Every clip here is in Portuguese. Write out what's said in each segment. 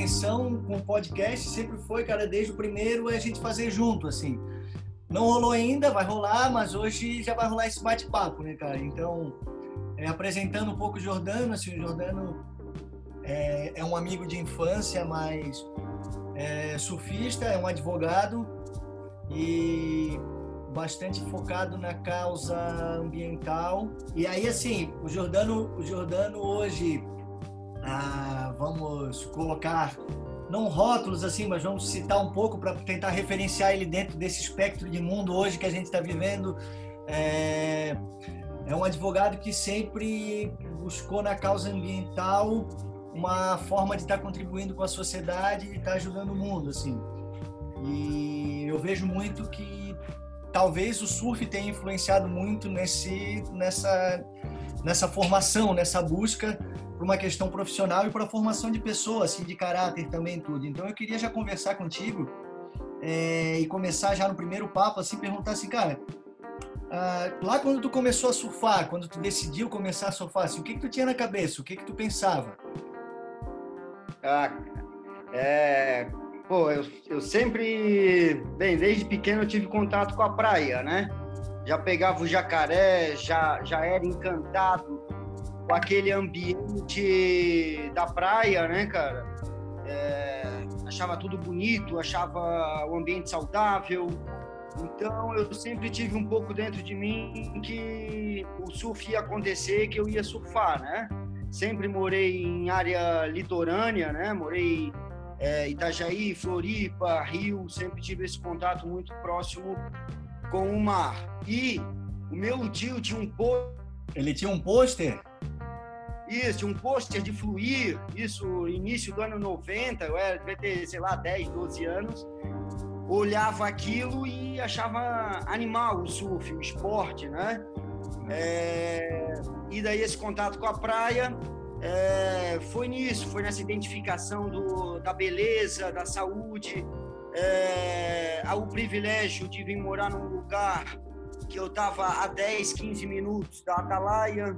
intenção com o podcast sempre foi, cara, desde o primeiro, a gente fazer junto, assim. Não rolou ainda, vai rolar, mas hoje já vai rolar esse bate-papo, né, cara? Então, apresentando um pouco o Jordano, assim, o Jordano é um amigo de infância, mas é surfista, é um advogado e bastante focado na causa ambiental. E aí, assim, o Jordano hoje, vamos colocar, não rótulos assim, mas vamos citar um pouco para tentar referenciar ele dentro desse espectro de mundo hoje que a gente está vivendo. É um advogado que sempre buscou na causa ambiental uma forma de estar contribuindo com a sociedade e estar ajudando o mundo, assim. E eu vejo muito que talvez o surf tenha influenciado muito nessa formação, nessa busca por uma questão profissional e para a formação de pessoas, assim, de caráter também, tudo. Então eu queria já conversar contigo e começar já no primeiro papo, assim, perguntar assim, cara, lá quando tu começou a surfar, quando tu decidiu começar a surfar, assim, o que tu tinha na cabeça? O que tu pensava? Eu sempre, desde pequeno eu tive contato com a praia, né? Já pegava o jacaré, já era encantado com aquele ambiente da praia, né, cara? Achava tudo bonito, achava o ambiente saudável. Então, eu sempre tive um pouco dentro de mim que o surf ia acontecer, que eu ia surfar, né? Sempre morei em área litorânea, né? Morei Itajaí, Floripa, Rio, sempre tive esse contato muito próximo com o mar. E o meu tio tinha um pôster. Ele tinha um pôster? Isso, tinha um pôster de Fluir, isso início do ano 90, eu devia ter, sei lá, 10, 12 anos. Olhava aquilo e achava animal o surf, o esporte, né? E daí esse contato com a praia foi nisso, foi nessa identificação da beleza, da saúde, o privilégio de vir morar num lugar que eu estava a 10, 15 minutos da Atalaia,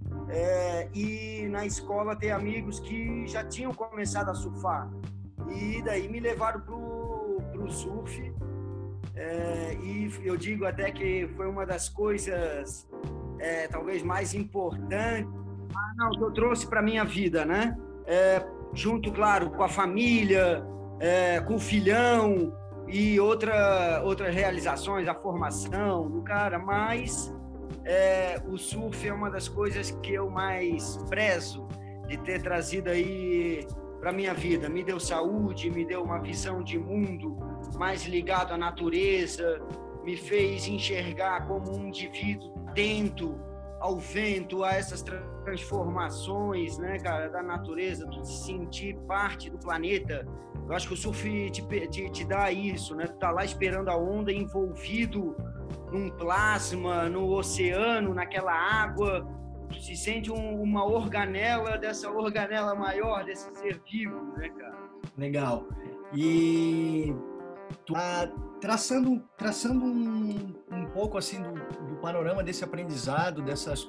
e na escola ter amigos que já tinham começado a surfar. E daí me levaram pro surf, e eu digo até que foi uma das coisas talvez mais importantes que eu trouxe para minha vida, né? Junto, claro, com a família, com o filhão e outras realizações, a formação do cara, mas o surf é uma das coisas que eu mais prezo de ter trazido aí para minha vida. Me deu saúde, me deu uma visão de mundo mais ligado à natureza, me fez enxergar como um indivíduo atento ao vento, a essas transformações, né, cara, da natureza, de se sentir parte do planeta. Eu acho que o surf te dá isso, né? Tu tá lá esperando a onda, envolvido num plasma, no oceano, naquela água. Tu se sente uma organela dessa organela maior, desse ser vivo, né, cara? Legal. E tu traçando um pouco assim do panorama desse aprendizado,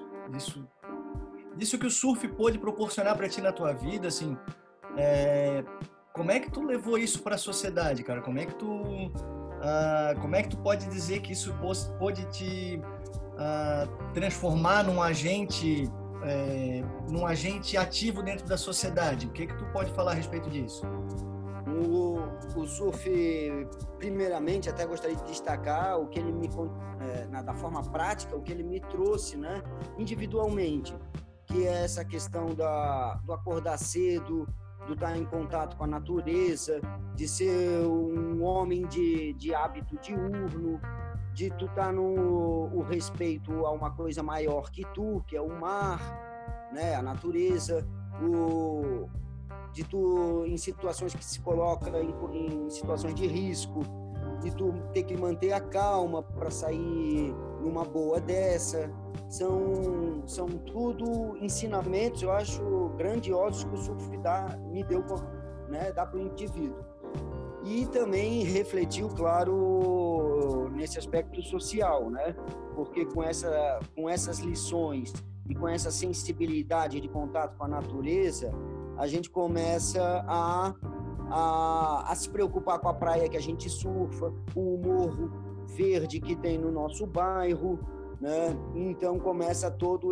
disso que o surf pôde proporcionar para ti na tua vida, assim, como é que tu levou isso para a sociedade, cara? Como é que tu pode dizer que isso pôde te transformar num agente ativo dentro da sociedade? O que tu pode falar a respeito disso? O surf, primeiramente, até gostaria de destacar o que ele da forma prática, o que ele me trouxe, né, individualmente, que é essa questão do acordar cedo, do estar em contato com a natureza, de ser um homem de hábito diurno, de tu estar no respeito a uma coisa maior que tu, que é o mar, né, a natureza, de tu, em situações que se coloca em situações de risco, de tu ter que manter a calma para sair numa boa dessa. São tudo ensinamentos, eu acho, grandiosos que o surf me deu, né, dá para o indivíduo. E também refletiu, claro, nesse aspecto social, né? Porque com essas lições e com essa sensibilidade de contato com a natureza, a gente começa a a se preocupar com a praia que a gente surfa, com o morro verde que tem no nosso bairro, né? Então começa todo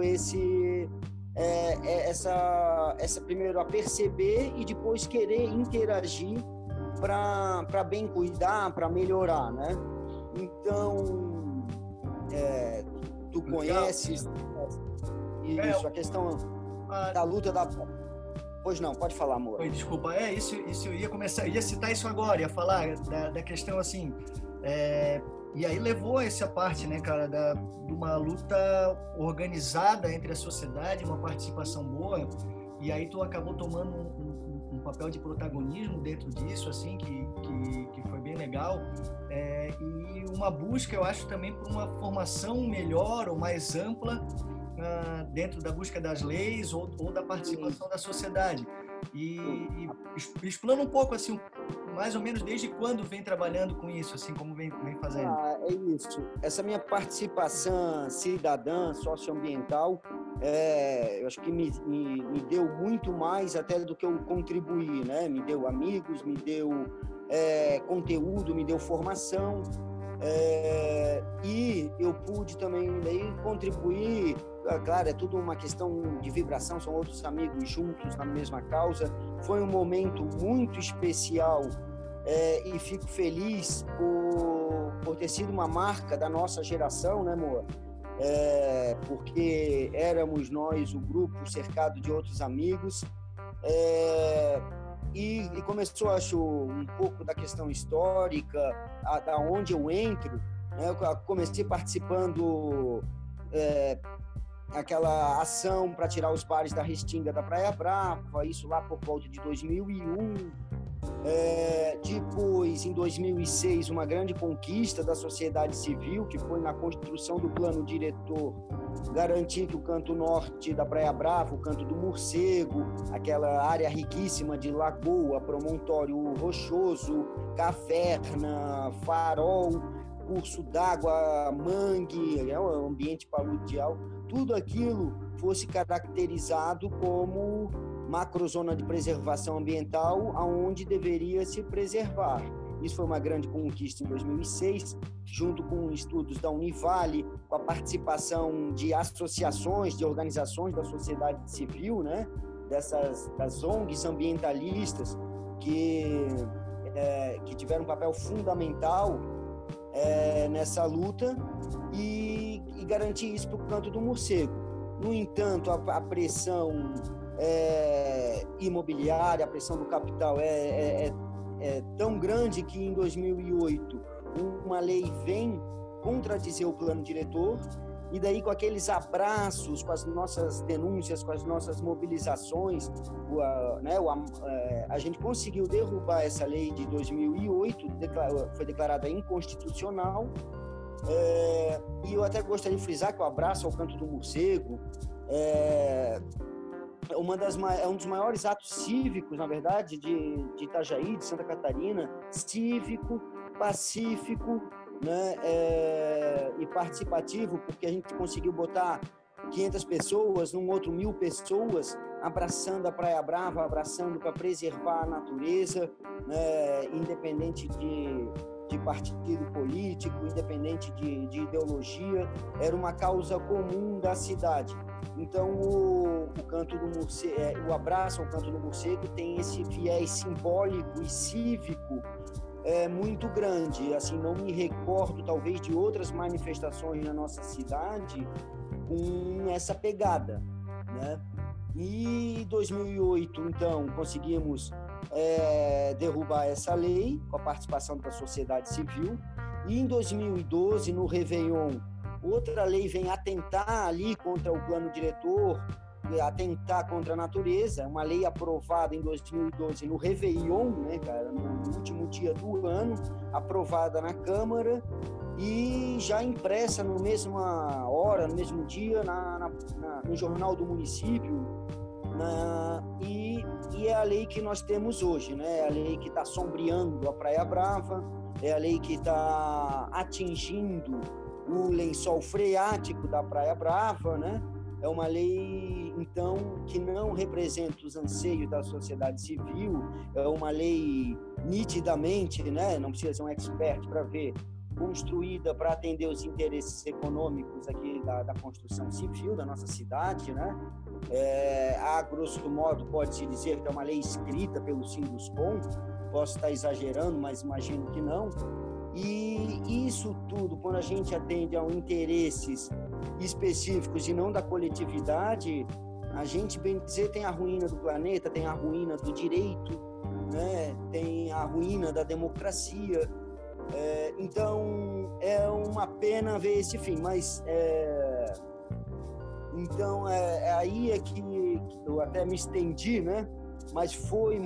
essa primeiro a perceber e depois querer interagir para bem cuidar, para melhorar, né? Então, tu conheces isso, a questão da luta da... Pois não, pode falar, amor. Oi, desculpa, isso eu ia citar isso agora, ia falar da questão assim, e aí levou essa parte, né, cara, de uma luta organizada entre a sociedade, uma participação boa, e aí tu acabou tomando um papel de protagonismo dentro disso, assim, que foi bem legal, e uma busca, eu acho, também por uma formação melhor ou mais ampla dentro da busca das leis ou da participação da sociedade. E explana um pouco, assim, mais ou menos desde quando vem trabalhando com isso, assim, como vem fazendo. É isso. Essa minha participação cidadã, socioambiental, eu acho que me deu muito mais até do que eu contribuí, né? Me deu amigos, me deu conteúdo, me deu formação, e eu pude também daí contribuir. Claro, é tudo uma questão de vibração, são outros amigos juntos na mesma causa. Foi um momento muito especial, e fico feliz por ter sido uma marca da nossa geração, né, amor? Porque éramos nós, o grupo, cercado de outros amigos, e começou, acho, um pouco da questão histórica, da onde eu entro, né? Eu comecei participando aquela ação para tirar os bares da Restinga da Praia Brava, isso lá por volta de 2001. Depois, em 2006, uma grande conquista da sociedade civil, que foi na construção do plano diretor, garantir que o canto norte da Praia Brava, o canto do Morcego, aquela área riquíssima de lagoa, promontório rochoso, caverna, farol, curso d'água, mangue, um ambiente paludial, tudo aquilo fosse caracterizado como macrozona de preservação ambiental, aonde deveria se preservar. Isso foi uma grande conquista em 2006, junto com estudos da Univale, com a participação de associações, de organizações da sociedade civil, né? Das ONGs ambientalistas, que tiveram um papel fundamental nessa luta e garantir isso para o canto do Morcego. No entanto, a pressão imobiliária, a pressão do capital é tão grande que em 2008 uma lei vem contradizer o plano diretor, e daí com aqueles abraços, com as nossas denúncias, com as nossas mobilizações, a gente conseguiu derrubar essa lei de 2008, foi declarada inconstitucional, e eu até gostaria de frisar que o abraço ao canto do Morcego é um dos maiores atos cívicos, na verdade, de Itajaí, de Santa Catarina, cívico, pacífico, né, e participativo, porque a gente conseguiu botar 500 pessoas, num outro 1.000 pessoas, abraçando a Praia Brava, abraçando para preservar a natureza, né, independente de partido político, independente de ideologia, era uma causa comum da cidade. Então, o canto do Morcego, o abraço ao canto do Morcego tem esse viés simbólico e cívico muito grande. Assim, não me recordo, talvez, de outras manifestações na nossa cidade com essa pegada, né? E em 2008, então, conseguimos derrubar essa lei com a participação da sociedade civil. E em 2012, no Réveillon, outra lei vem atentar ali contra o plano diretor, atentar contra a natureza, uma lei aprovada em 2012 no Réveillon, né, cara, no último dia do ano, aprovada na Câmara e já impressa na mesma hora, no mesmo dia, no Jornal do Município, e é a lei que nós temos hoje, né? É a lei que está sombreando a Praia Brava, é a lei que está atingindo o lençol freático da Praia Brava, né? É uma lei, então, que não representa os anseios da sociedade civil, é uma lei nitidamente, né? Não precisa ser um expert para ver, construída para atender os interesses econômicos aqui da construção civil da nossa cidade, né? A grosso modo, pode-se dizer que é uma lei escrita pelo Sinduscom, posso estar exagerando, mas imagino que não. E isso tudo, quando a gente atende a interesses específicos e não da coletividade, a gente, bem dizer, tem a ruína do planeta, tem a ruína do direito, né? Tem a ruína da democracia. Então, é uma pena ver esse fim, mas então aí é que eu até me estendi, né? Mas foi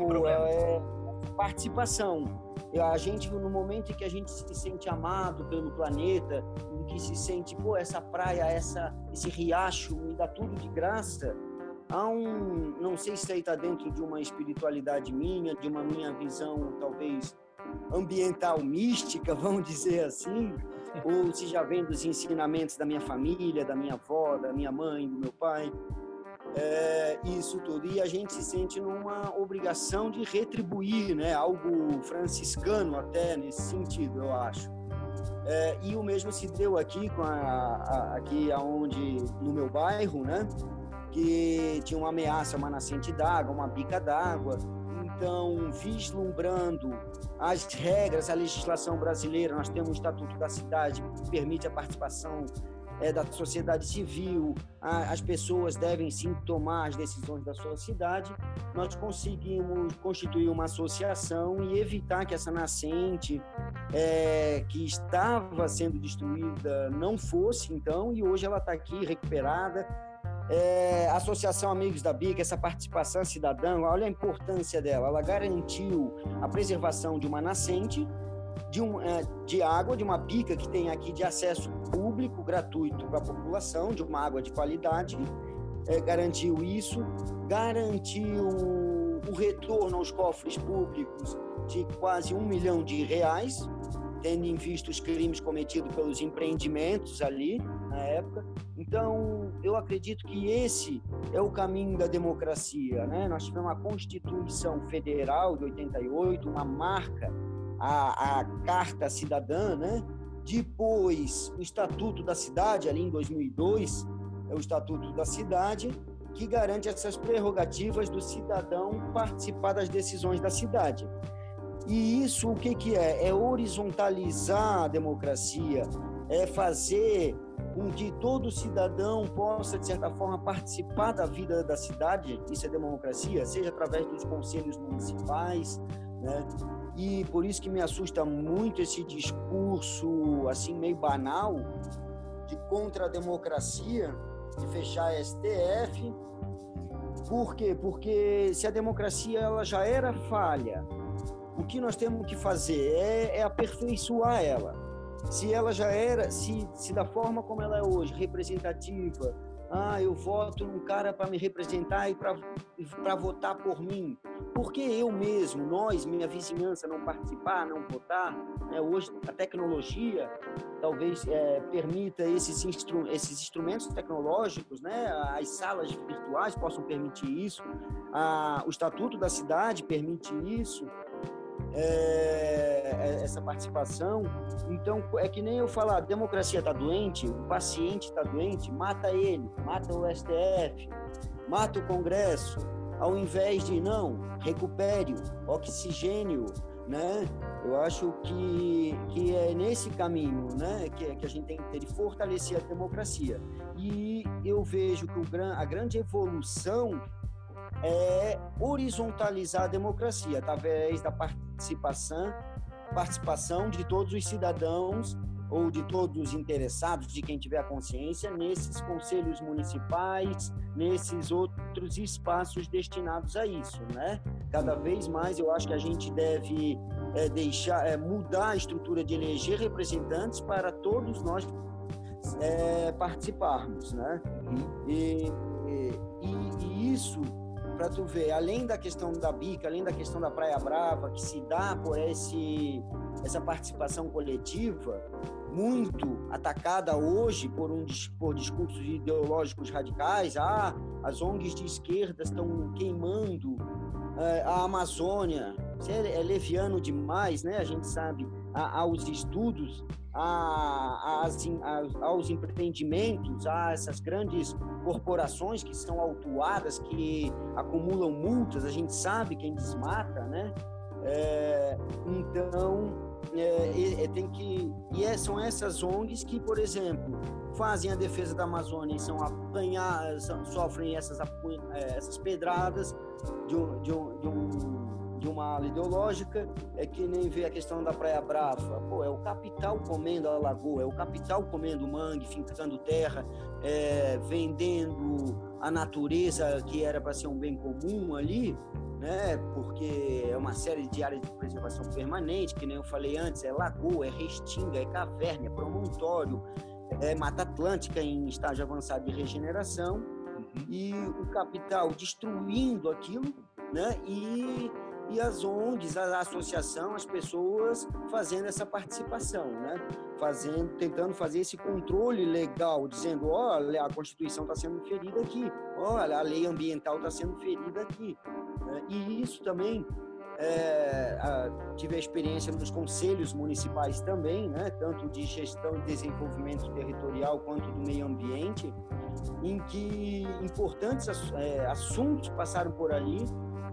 participação. A gente, no momento em que a gente se sente amado pelo planeta, em que se sente, essa praia, esse riacho me dá tudo de graça, não sei se aí está dentro de uma espiritualidade minha, de uma minha visão, talvez, ambiental mística, vamos dizer assim, ou se já vem dos ensinamentos da minha família, da minha avó, da minha mãe, do meu pai, isso tudo. E a gente se sente numa obrigação de retribuir, né? Algo franciscano até nesse sentido, eu acho. E o mesmo se deu aqui, aqui aonde, no meu bairro, né? Que tinha uma ameaça, uma nascente d'água, uma bica d'água. Então, vislumbrando as regras, a legislação brasileira, nós temos o Estatuto da Cidade, que permite a participação da sociedade civil, as pessoas devem sim tomar as decisões da sua cidade. Nós conseguimos constituir uma associação e evitar que essa nascente que estava sendo destruída não fosse, então, e hoje ela está aqui recuperada. A Associação Amigos da Bica, essa participação cidadã, olha a importância dela, ela garantiu a preservação de uma nascente, de água, de uma bica que tem aqui de acesso público, gratuito para a população, de uma água de qualidade, garantiu isso, garantiu o retorno aos cofres públicos de quase R$1 milhão, tendo em vista os crimes cometidos pelos empreendimentos ali, na época. Então, eu acredito que esse é o caminho da democracia, né? Nós tivemos uma Constituição Federal de 88, uma marca, a Carta Cidadã, né? Depois, o Estatuto da Cidade, ali em 2002, é o Estatuto da Cidade, que garante essas prerrogativas do cidadão participar das decisões da cidade. E isso, o que é? É horizontalizar a democracia, é fazer com que todo cidadão possa, de certa forma, participar da vida da cidade, isso é democracia, seja através dos conselhos municipais, né? E por isso que me assusta muito esse discurso, assim, meio banal, de contra a democracia, de fechar a STF. Por quê? Porque se a democracia ela já era falha, o que nós temos que fazer é aperfeiçoar ela. Se ela já era, se da forma como ela é hoje, representativa, eu voto num cara para me representar e para votar por mim. Por que eu mesmo, nós, minha vizinhança, não participar, não votar? Hoje a tecnologia talvez permita esses instrumentos tecnológicos, né? As salas virtuais possam permitir isso, o Estatuto da Cidade permite isso. Essa participação. Então, é que nem eu falar, a democracia está doente, o paciente está doente, mata ele, mata o STF, mata o Congresso, ao invés de, não, recupere o oxigênio, né? Eu acho que é nesse caminho, né, que a gente tem que ter de fortalecer a democracia. E eu vejo que a grande evolução é horizontalizar a democracia através da participação de todos os cidadãos ou de todos os interessados, de quem tiver a consciência, nesses conselhos municipais, nesses outros espaços destinados a isso, né? Cada vez mais eu acho que a gente deve mudar a estrutura de eleger representantes para todos nós participarmos, né? E isso, para tu ver, além da questão da bica, além da questão da Praia Brava, que se dá por essa participação coletiva, muito atacada hoje por discursos ideológicos radicais. As ONGs de esquerda estão queimando a Amazônia. Isso é leviano demais, né? A gente sabe, aos estudos, aos empreendimentos, a essas grandes corporações que são autuadas, que acumulam multas. A gente sabe quem desmata, né? São essas ONGs que, por exemplo, fazem a defesa da Amazônia e sofrem essas pedradas de uma ala ideológica. É que nem ver a questão da Praia Brava. É o capital comendo a lagoa, é o capital comendo mangue, fincando terra, vendendo a natureza que era para ser um bem comum ali, né? Porque é uma série de áreas de preservação permanente, que nem eu falei antes, é lagoa, é restinga, é caverna, é promontório, é Mata Atlântica em estágio avançado de regeneração, e o capital destruindo aquilo, né? E as ONGs, a associação, as pessoas fazendo essa participação, né? Tentando fazer esse controle legal, dizendo, olha, a Constituição está sendo ferida aqui, olha, a lei ambiental está sendo ferida aqui. E isso também, tive a experiência nos conselhos municipais também, né? Tanto de gestão e desenvolvimento territorial quanto do meio ambiente, em que importantes assuntos passaram por ali,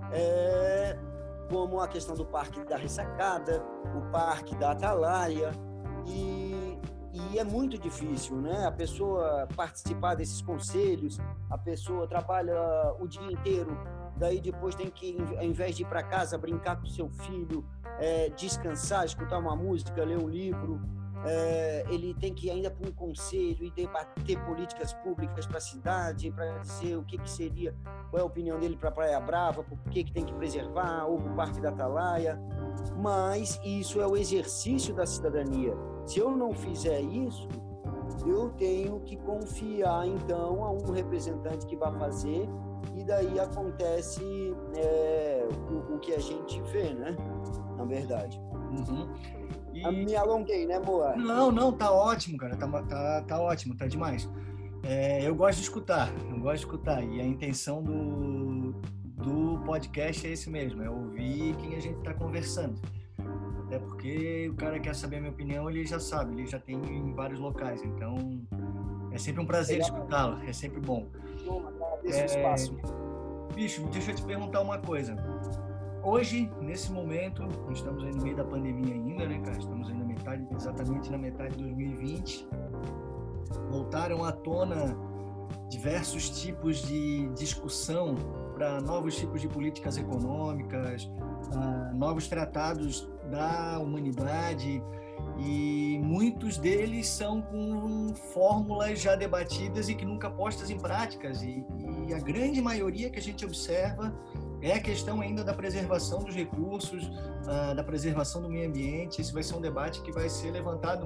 como a questão do Parque da Ressacada, o Parque da Atalaia, e é muito difícil, né? A pessoa participar desses conselhos, a pessoa trabalha o dia inteiro, daí depois tem que, ao invés de ir para casa, brincar com seu filho, descansar, escutar uma música, ler um livro, ele tem que ir ainda para um conselho e debater políticas públicas para a cidade, para dizer o que seria, qual é a opinião dele para a Praia Brava, por que tem que preservar, ou para o Parque da Atalaia. Mas isso é o exercício da cidadania. Se eu não fizer isso, eu tenho que confiar, então, a um representante que vai fazer, e daí acontece o que a gente vê, né? Na verdade. Me alonguei, né, Moa? Não, tá ótimo, cara. Tá ótimo, tá demais. Eu gosto de escutar, e a intenção do podcast é esse mesmo, é ouvir quem a gente está conversando. Até porque o cara quer saber a minha opinião, ele já sabe, ele já tem em vários locais, então é sempre um prazer escutá-lo, é sempre bom. Agradeço o espaço. Bicho, deixa eu te perguntar uma coisa. Hoje, nesse momento, estamos aí no meio da pandemia ainda, né, cara? Estamos aí exatamente na metade de 2020. Voltaram à tona diversos tipos de discussão para novos tipos de políticas econômicas, novos tratados da humanidade, e muitos deles são com fórmulas já debatidas e que nunca postas em práticas, e a grande maioria que a gente observa é a questão ainda da preservação dos recursos, da preservação do meio ambiente. Esse vai ser um debate que vai ser levantado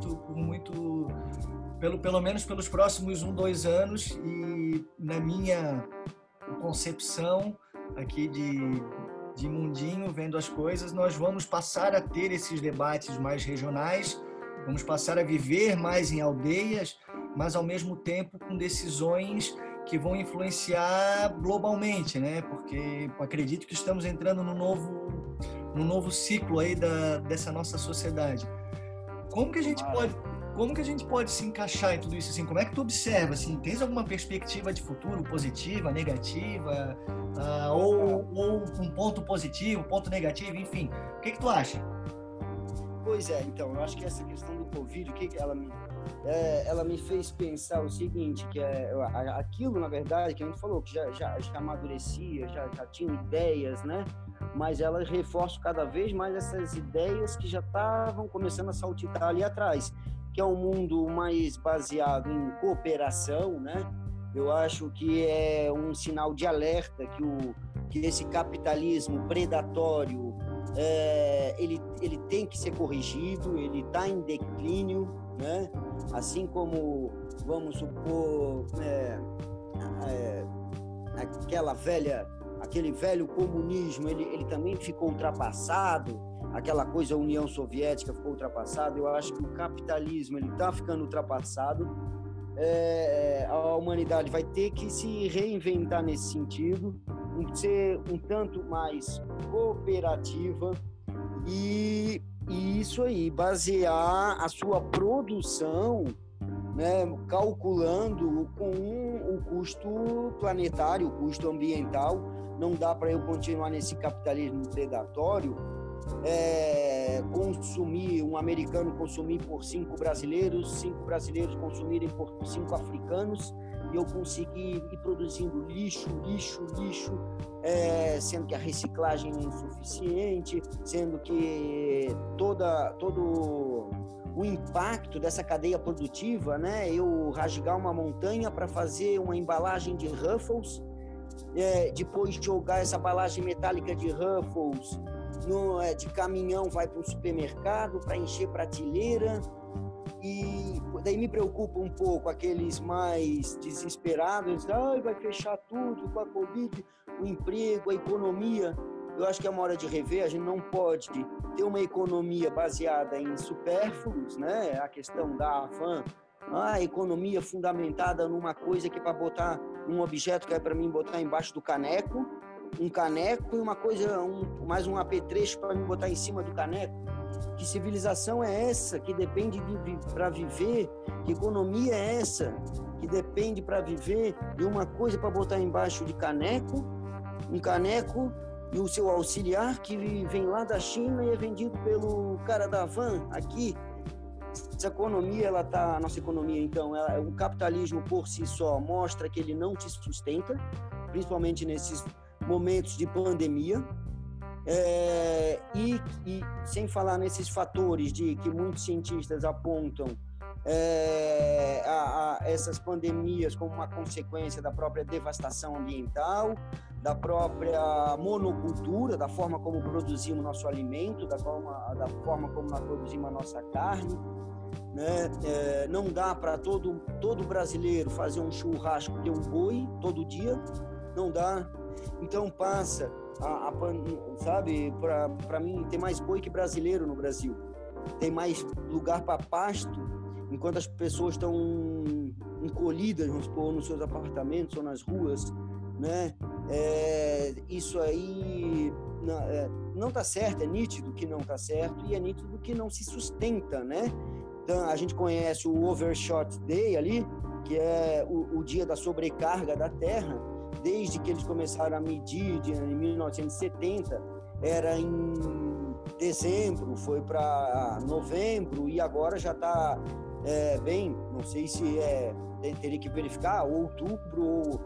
pelo menos pelos próximos 1-2 anos, e na minha concepção aqui de mundinho, vendo as coisas, nós vamos passar a ter esses debates mais regionais, vamos passar a viver mais em aldeias, mas ao mesmo tempo com decisões que vão influenciar globalmente, né? Porque acredito que estamos entrando num novo ciclo aí dessa nossa sociedade. Como que a gente pode se encaixar em tudo isso? Assim, como é que tu observa? Assim, tens alguma perspectiva de futuro positiva, negativa, ou um ponto positivo, ponto negativo, enfim? O que tu acha? Pois é, então, eu acho que essa questão do Covid, ela me fez pensar o seguinte, que aquilo, na verdade, que a gente falou, que já amadurecia, já tinha ideias, né? Mas ela reforça cada vez mais essas ideias que já estavam começando a saltitar ali atrás, que é um mundo mais baseado em cooperação, né? Eu acho que é um sinal de alerta que esse capitalismo predatório, ele tem que ser corrigido, ele está em declínio, né? Assim como, vamos supor, aquele velho comunismo, ele também ficou ultrapassado, aquela coisa, a União Soviética ficou ultrapassada. Eu acho que o capitalismo ele está ficando ultrapassado. A humanidade vai ter que se reinventar nesse sentido, ser um tanto mais cooperativa e isso aí, basear a sua produção, né, calculando com o custo planetário, o custo ambiental. Não dá para eu continuar nesse capitalismo predatório, consumir, um americano consumir por 5 brasileiros consumirem por 5 africanos, e eu conseguir ir produzindo lixo, sendo que a reciclagem é insuficiente, sendo que todo o impacto dessa cadeia produtiva, né? Eu rasgar uma montanha para fazer uma embalagem de Ruffles, depois jogar essa embalagem metálica de Ruffles de caminhão, vai para o supermercado para encher prateleira. E daí me preocupa um pouco aqueles mais desesperados, vai fechar tudo com a Covid, o emprego, a economia. Eu acho que é uma hora de rever. A gente não pode ter uma economia baseada em supérfluos, né? A questão da Avan, a economia fundamentada numa coisa que é para botar um objeto que é para mim botar embaixo do caneco, um caneco e uma coisa, mais um apetrecho para me botar em cima do caneco. Que civilização é essa que depende para viver? Que economia é essa que depende para viver de uma coisa para botar embaixo de caneco, um caneco e o seu auxiliar que vem lá da China e é vendido pelo cara da van aqui? Essa economia, a nossa economia, então, o capitalismo por si só mostra que ele não te sustenta, principalmente nesses momentos de pandemia. E sem falar nesses fatores que muitos cientistas apontam essas pandemias como uma consequência da própria devastação ambiental, da própria monocultura, da forma como produzimos nosso alimento, da forma como nós produzimos a nossa carne, né? Não dá para todo brasileiro fazer um churrasco de um boi todo dia, não dá. Então passa sabe, para mim tem mais boi que brasileiro no Brasil, tem mais lugar para pasto, enquanto as pessoas estão encolhidas, vamos supor, nos seus apartamentos ou nas ruas, né? Isso aí não está certo, é nítido que não está certo e é nítido que não se sustenta, né? Então, a gente conhece o Overshot Day ali, que é o dia da sobrecarga da Terra. Desde que eles começaram a medir em 1970, era em dezembro, foi para novembro e agora já está não sei se teria que verificar, outubro ou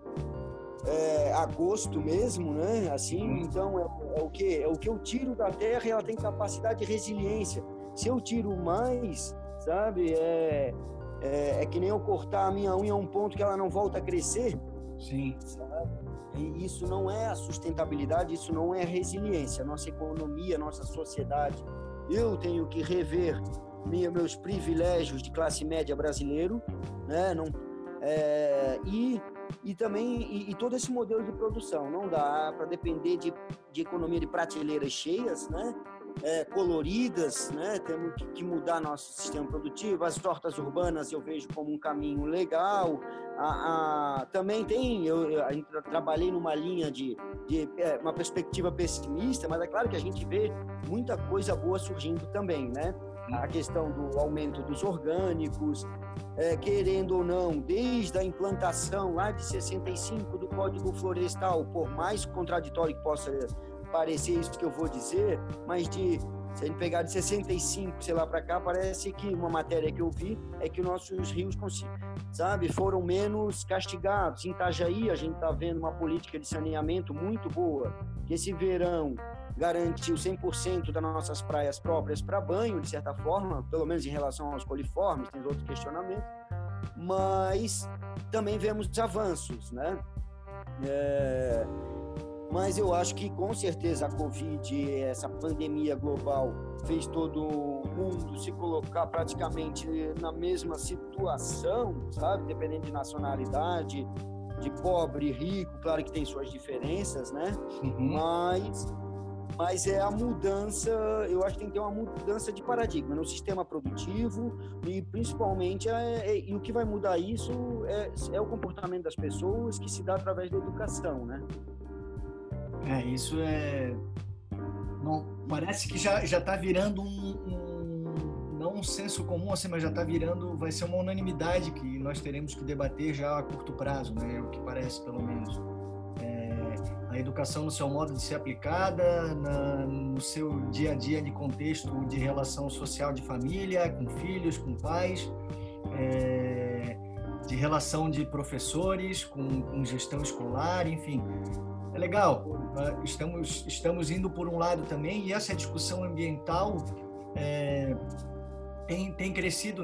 agosto mesmo, né? Assim, então é o que eu tiro da Terra e ela tem capacidade de resiliência. Se eu tiro mais, sabe, é que nem eu cortar a minha unha a um ponto que ela não volta a crescer. Sim. E isso não é a sustentabilidade, isso não é a resiliência. Nossa economia, nossa sociedade. Eu tenho que rever meus privilégios de classe média brasileiro, né? E também todo esse modelo de produção. Não dá para depender de economia de prateleiras cheias, né? Coloridas, né? Temos que mudar nosso sistema produtivo. As hortas urbanas eu vejo como um caminho legal. Também eu trabalhei numa linha de uma perspectiva pessimista, mas é claro que a gente vê muita coisa boa surgindo também, né? A questão do aumento dos orgânicos, querendo ou não, desde a implantação lá de 65 do Código Florestal, por mais contraditório que possa parecer isso que eu vou dizer, mas se a gente pegar de 65, sei lá, para cá, parece que uma matéria que eu vi é que nossos rios, sabe, foram menos castigados. Em Itajaí, a gente está vendo uma política de saneamento muito boa, que esse verão garantiu 100% das nossas praias próprias para banho, de certa forma, pelo menos em relação aos coliformes, tem outros questionamentos, mas também vemos avanços, né? Mas eu acho que, com certeza, a Covid, essa pandemia global, fez todo mundo se colocar praticamente na mesma situação, sabe? Dependendo de nacionalidade, de pobre e rico, claro que tem suas diferenças, né? Uhum. Mas Mas é a mudança, eu acho que tem que ter uma mudança de paradigma no sistema produtivo e principalmente e o que vai mudar isso é o comportamento das pessoas, que se dá através da educação, né? Isso não, parece que já está virando não um senso comum, assim, mas já está virando, vai ser uma unanimidade que nós teremos que debater já a curto prazo, né? É o que parece, pelo menos. A educação no seu modo de ser aplicada, no seu dia a dia de contexto de relação social de família, com filhos, com pais, de relação de professores, com gestão escolar, enfim. É legal, estamos indo por um lado também, e essa discussão ambiental tem crescido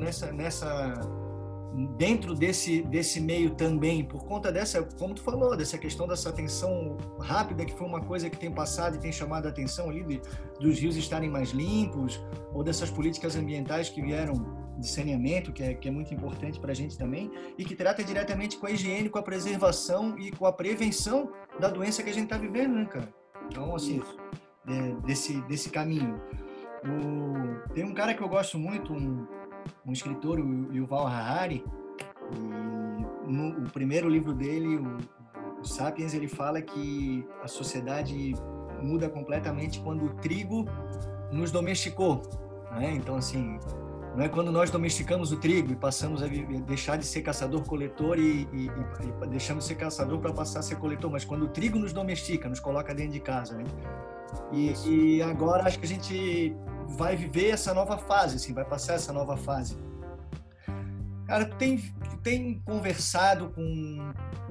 dentro desse meio também, por conta dessa, como tu falou, dessa questão dessa atenção rápida, que foi uma coisa que tem passado e tem chamado a atenção ali, dos rios estarem mais limpos, ou dessas políticas ambientais que vieram de saneamento, que é muito importante para a gente também, e que trata diretamente com a higiene, com a preservação e com a prevenção da doença que a gente está vivendo, né, cara? Então, assim, desse caminho. Tem um cara que eu gosto muito, um escritor, o Yuval Harari, e no primeiro livro dele, o Sapiens, ele fala que a sociedade muda completamente quando o trigo nos domesticou, né? Então, assim, não é quando nós domesticamos o trigo e passamos a deixar de ser caçador-coletor e deixamos de ser caçador para passar a ser coletor, mas quando o trigo nos domestica, nos coloca dentro de casa, né? E agora acho que a gente vai viver essa nova fase, assim, vai passar essa nova fase. Cara, tu tem conversado com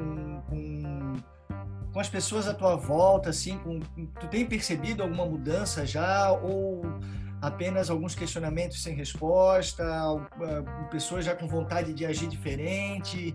as pessoas à tua volta, assim, tu tem percebido alguma mudança já, ou apenas alguns questionamentos sem resposta, pessoas já com vontade de agir diferente?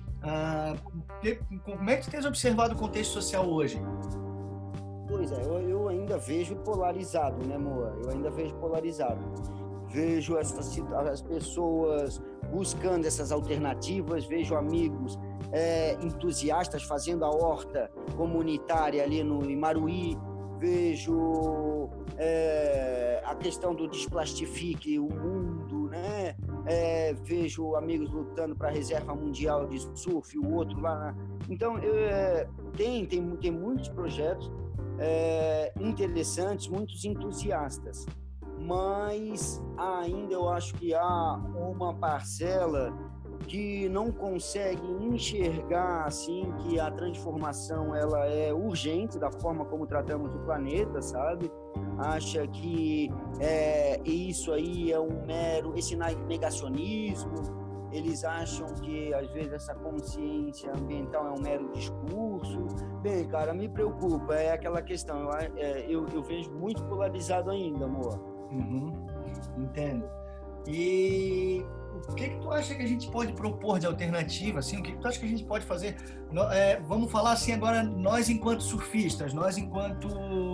Como é que tu tens observado o contexto social hoje? Pois é, eu ainda vejo polarizado, né, Moa? Eu ainda vejo polarizado. Vejo as pessoas buscando essas alternativas, vejo amigos entusiastas fazendo a horta comunitária ali no Imaruí, vejo a questão do Desplastifique o Mundo, né? Vejo amigos lutando para a Reserva Mundial de Surf, o outro lá. Então, tem muitos projetos interessantes, muitos entusiastas, mas ainda eu acho que há uma parcela que não consegue enxergar assim que a transformação ela é urgente da forma como tratamos o planeta, sabe? Acha que isso aí é esse negacionismo. Eles acham que, às vezes, essa consciência ambiental é um mero discurso. Bem, cara, me preocupa, é aquela questão. Eu vejo muito polarizado ainda, amor. Entendo. E o que tu acha que a gente pode propor de alternativa? Assim, o que tu acha que a gente pode fazer? Vamos falar assim agora, nós enquanto surfistas, nós enquanto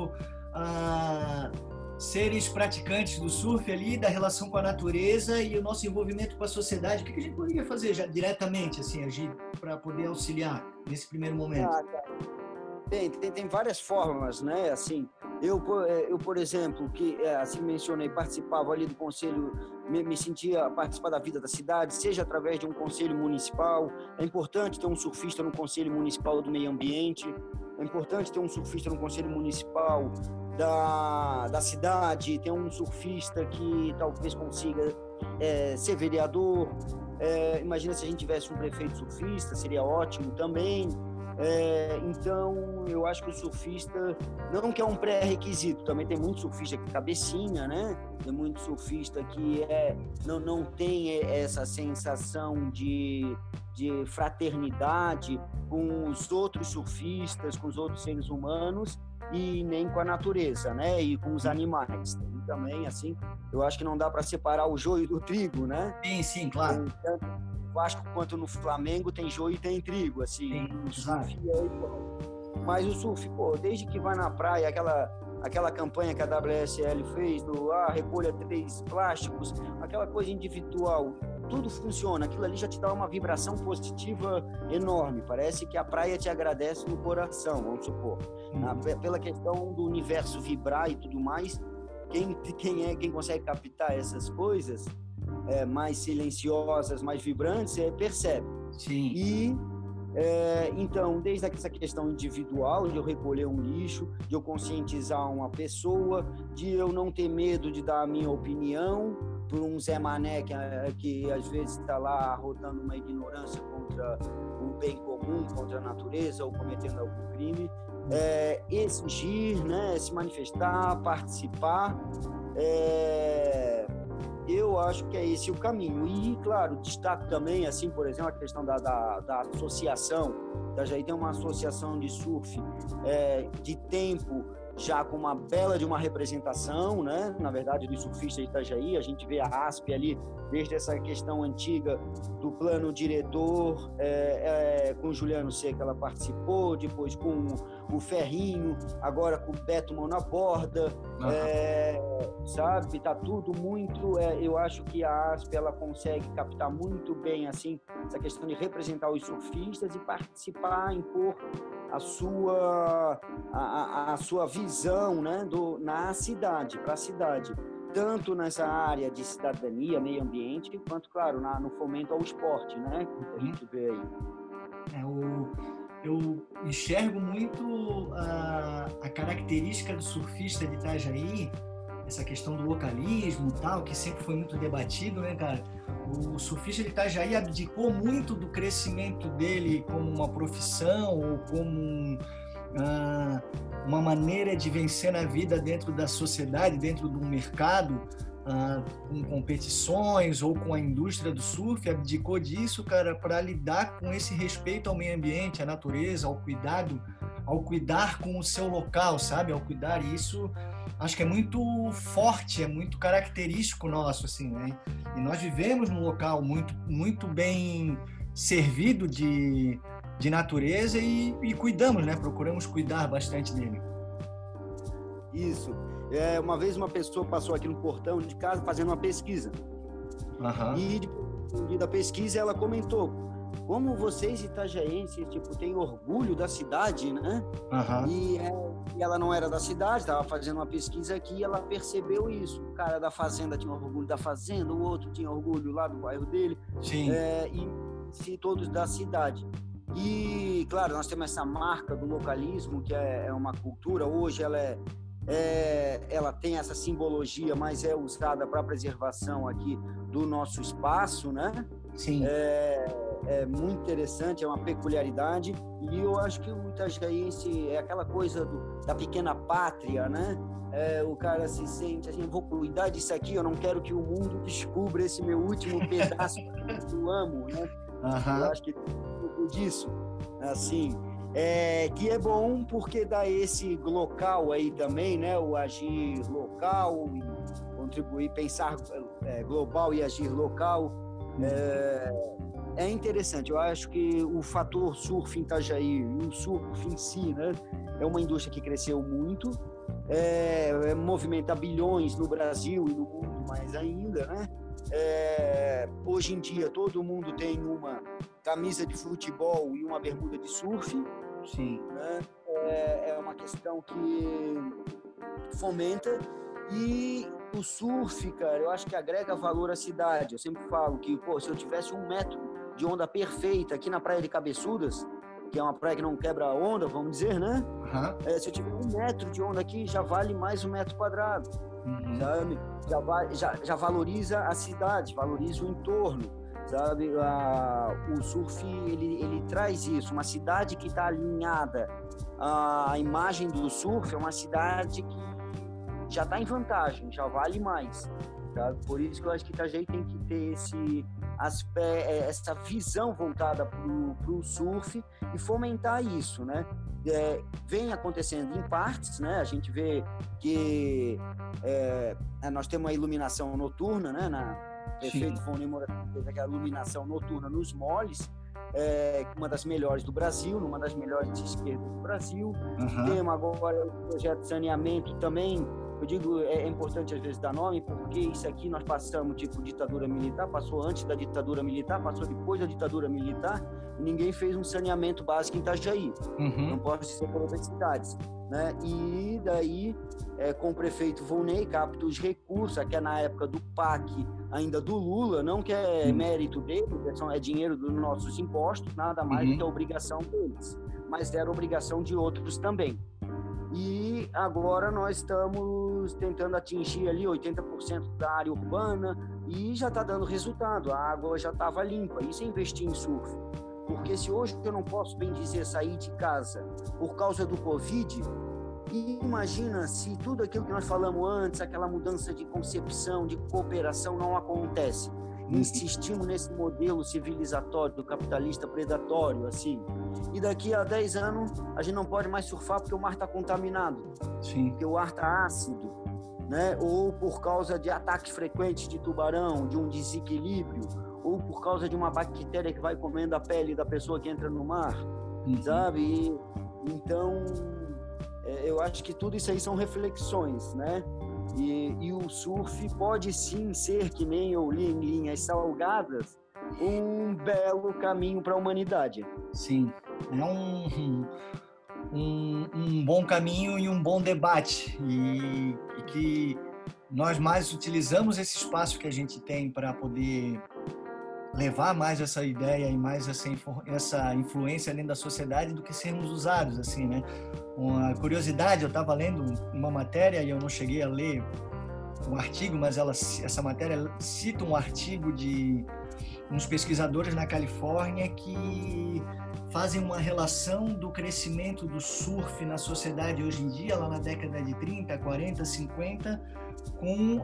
seres praticantes do surf ali, da relação com a natureza e o nosso envolvimento com a sociedade, o que a gente poderia fazer já diretamente, assim, agir para poder auxiliar nesse primeiro momento? Tem várias formas, né? Assim, eu por exemplo, que assim mencionei, participava ali do conselho, me sentia a participar da vida da cidade, seja através de um conselho municipal. É importante ter um surfista no conselho municipal do meio ambiente, é importante ter um surfista no conselho municipal da cidade, ter um surfista que talvez consiga ser vereador. Imagina se a gente tivesse um prefeito surfista, seria ótimo também. Então, eu acho que o surfista, não que é um pré-requisito, também tem muito surfista que é cabecinha, né? Tem muito surfista que não tem essa sensação de fraternidade com os outros surfistas, com os outros seres humanos e nem com a natureza, né? E com os animais. E também, assim, eu acho que não dá para separar o joio do trigo, né? Sim, claro. Tanto no Vasco quanto no Flamengo tem joio e tem trigo, assim. O surf é igual. Mas o surf, desde que vai na praia, aquela campanha que a WSL fez, recolha 3 plásticos, aquela coisa individual, tudo funciona, aquilo ali já te dá uma vibração positiva enorme, parece que a praia te agradece no coração, vamos supor. Pela questão do universo vibrar e tudo mais, quem consegue captar essas coisas mais silenciosas, mais vibrantes, percebe. Sim. E então, desde essa questão individual, de eu recolher um lixo, de eu conscientizar uma pessoa, de eu não ter medo de dar a minha opinião por um Zé Mané que às vezes está lá arrotando uma ignorância contra o bem comum, contra a natureza ou cometendo algum crime, exigir, né, se manifestar, participar, eu acho que é esse o caminho. E, claro, destaco também, assim, por exemplo, a questão da associação. Itajaí tem uma associação de surf de tempo, já com uma bela de uma representação, né? Na verdade, dos surfistas de Itajaí. A gente vê a ASP ali, desde essa questão antiga do plano diretor, com o Juliano Seca ela participou, depois com o Ferrinho, agora com o Beto Mão na Borda, sabe? Tá tudo muito... eu acho que a ASP ela consegue captar muito bem, assim, essa questão de representar os surfistas e participar, impor a sua visão, né, na cidade, para a cidade, tanto nessa área de cidadania, meio ambiente, quanto, claro, no fomento ao esporte, né, que a gente vê aí. Eu enxergo muito a característica do surfista de Itajaí, essa questão do localismo e tal, que sempre foi muito debatido, né, cara? O surfista de Itajaí abdicou muito do crescimento dele como uma profissão ou como uma maneira de vencer na vida dentro da sociedade, dentro do mercado, com competições ou com a indústria do surf, abdicou disso, cara, para lidar com esse respeito ao meio ambiente, à natureza, ao cuidar com o seu local, sabe? Ao cuidar, isso acho que é muito forte, é muito característico nosso, assim, né? E nós vivemos num local muito, muito bem servido de natureza e cuidamos, né? Procuramos cuidar bastante dele. Isso. Uma vez uma pessoa passou aqui no portão de casa fazendo uma pesquisa. E depois da pesquisa ela comentou: como vocês itajaienses, têm orgulho da cidade, né? E ela não era da cidade, estava fazendo uma pesquisa aqui e ela percebeu isso. O cara da fazenda tinha orgulho da fazenda, o outro tinha orgulho lá do bairro dele. Sim. E todos da cidade. E, claro, nós temos essa marca do localismo, que é uma cultura. Hoje ela tem essa simbologia, mas é usada para a preservação aqui do nosso espaço, né? Sim. É muito interessante, é uma peculiaridade, e eu acho que o itajaiense é aquela coisa da pequena pátria, né? O cara se sente assim: vou cuidar disso aqui, eu não quero que o mundo descubra esse meu último pedaço que eu amo, né? Eu acho que tem um pouco disso, assim, que é bom porque dá esse local aí também, né? O agir local, contribuir, pensar global e agir local. É interessante. Eu acho que o fator surf em Itajaí e o surf em si, né, é uma indústria que cresceu muito, movimenta bilhões no Brasil e no mundo mais ainda, né? Hoje em dia todo mundo tem uma camisa de futebol e uma bermuda de surf. Sim. Né? É uma questão que fomenta. E o surf, cara, eu acho que agrega valor à cidade. Eu sempre falo que, se eu tivesse 1 metro de onda perfeita aqui na praia de Cabeçudas, que é uma praia que não quebra onda, vamos dizer, né? Se eu tiver 1 metro de onda aqui, já vale mais 1 metro quadrado, sabe? Já valoriza a cidade, valoriza o entorno, sabe? O surf, ele traz isso. Uma cidade que está alinhada à imagem do surf é uma cidade que já está em vantagem, já vale mais, tá? Por isso que eu acho que Itajaí tem que ter essa visão voltada para o surf e fomentar isso, né? Vem acontecendo em partes, né? A gente vê que nós temos a iluminação noturna, né? Prefeito Fone Moura fez aquela iluminação noturna nos moles, uma das melhores do Brasil, uma das melhores de esquerda do Brasil. Temos agora o projeto de saneamento também, Eu digo, é importante às vezes dar nome, porque isso aqui nós passamos, tipo, ditadura militar, passou antes da ditadura militar, passou depois da ditadura militar, e ninguém fez um saneamento básico em Itajaí. Não posso dizer por outras cidades, né? E daí, com o prefeito Volney, capta os recursos, que é na época do PAC, ainda do Lula, não que é mérito dele, é dinheiro dos nossos impostos, nada mais do que a obrigação deles, mas era obrigação de outros também. E agora nós estamos tentando atingir ali 80% da área urbana e já está dando resultado, a água já estava limpa. Isso é investir em surf. Porque se hoje eu não posso, bem dizer, sair de casa por causa do Covid, imagina se tudo aquilo que nós falamos antes, aquela mudança de concepção, de cooperação não acontece. Insistimos nesse modelo civilizatório, capitalista predatório, assim. E daqui a 10 anos a gente não pode mais surfar porque o mar está contaminado. Sim. Porque o ar está ácido, né? Ou por causa de ataques frequentes de tubarão, de um desequilíbrio, ou por causa de uma bactéria que vai comendo a pele da pessoa que entra no mar, sabe? Então, eu acho que tudo isso aí são reflexões, né? E o surf pode sim ser, que nem eu li em Linhas Salgadas, um belo caminho para a humanidade. Sim, é um bom caminho e um bom debate, e que nós mais utilizamos esse espaço que a gente tem para poder levar mais essa ideia e mais essa influência dentro da sociedade do que sermos usados, assim, né? Uma curiosidade, eu estava lendo uma matéria e eu não cheguei a ler o artigo, mas essa matéria cita um artigo de uns pesquisadores na Califórnia que fazem uma relação do crescimento do surf na sociedade hoje em dia, lá na década de 30, 40, 50, com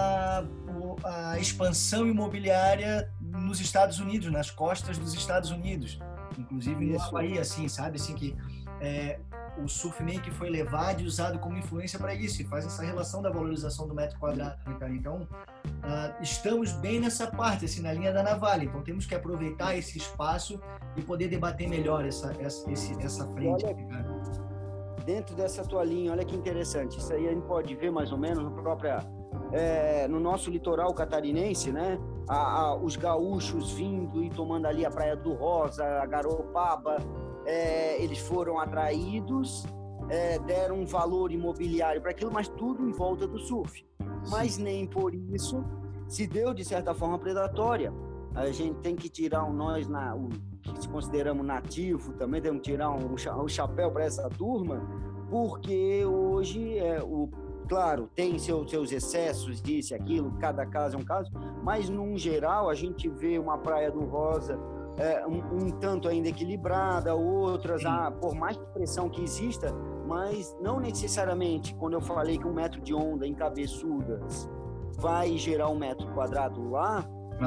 a expansão imobiliária nos Estados Unidos, nas costas dos Estados Unidos, inclusive no Havaí, assim, sabe? Assim que o surf meio que foi levado e usado como influência para isso, e faz essa relação da valorização do metro quadrado, né, cara? Então, estamos bem nessa parte, assim, na linha da navalha, então temos que aproveitar esse espaço e poder debater melhor essa frente. Olha, cara, dentro dessa tua linha, olha que interessante, isso aí a gente pode ver mais ou menos no nosso litoral catarinense, né? Os gaúchos vindo e tomando ali a Praia do Rosa, a Garopaba, eles foram atraídos, deram um valor imobiliário para aquilo, mas tudo em volta do surf. Mas nem por isso se deu, de certa forma, predatória. A gente tem que tirar o que consideramos nativo, também temos que tirar o chapéu para essa turma, porque hoje claro, tem seus excessos, disso e aquilo, cada caso é um caso, mas, num geral, a gente vê uma Praia do Rosa um tanto ainda equilibrada, outras, por mais pressão que exista, mas não necessariamente, quando eu falei que 1 metro de onda em cabeçudas vai gerar 1 metro quadrado lá,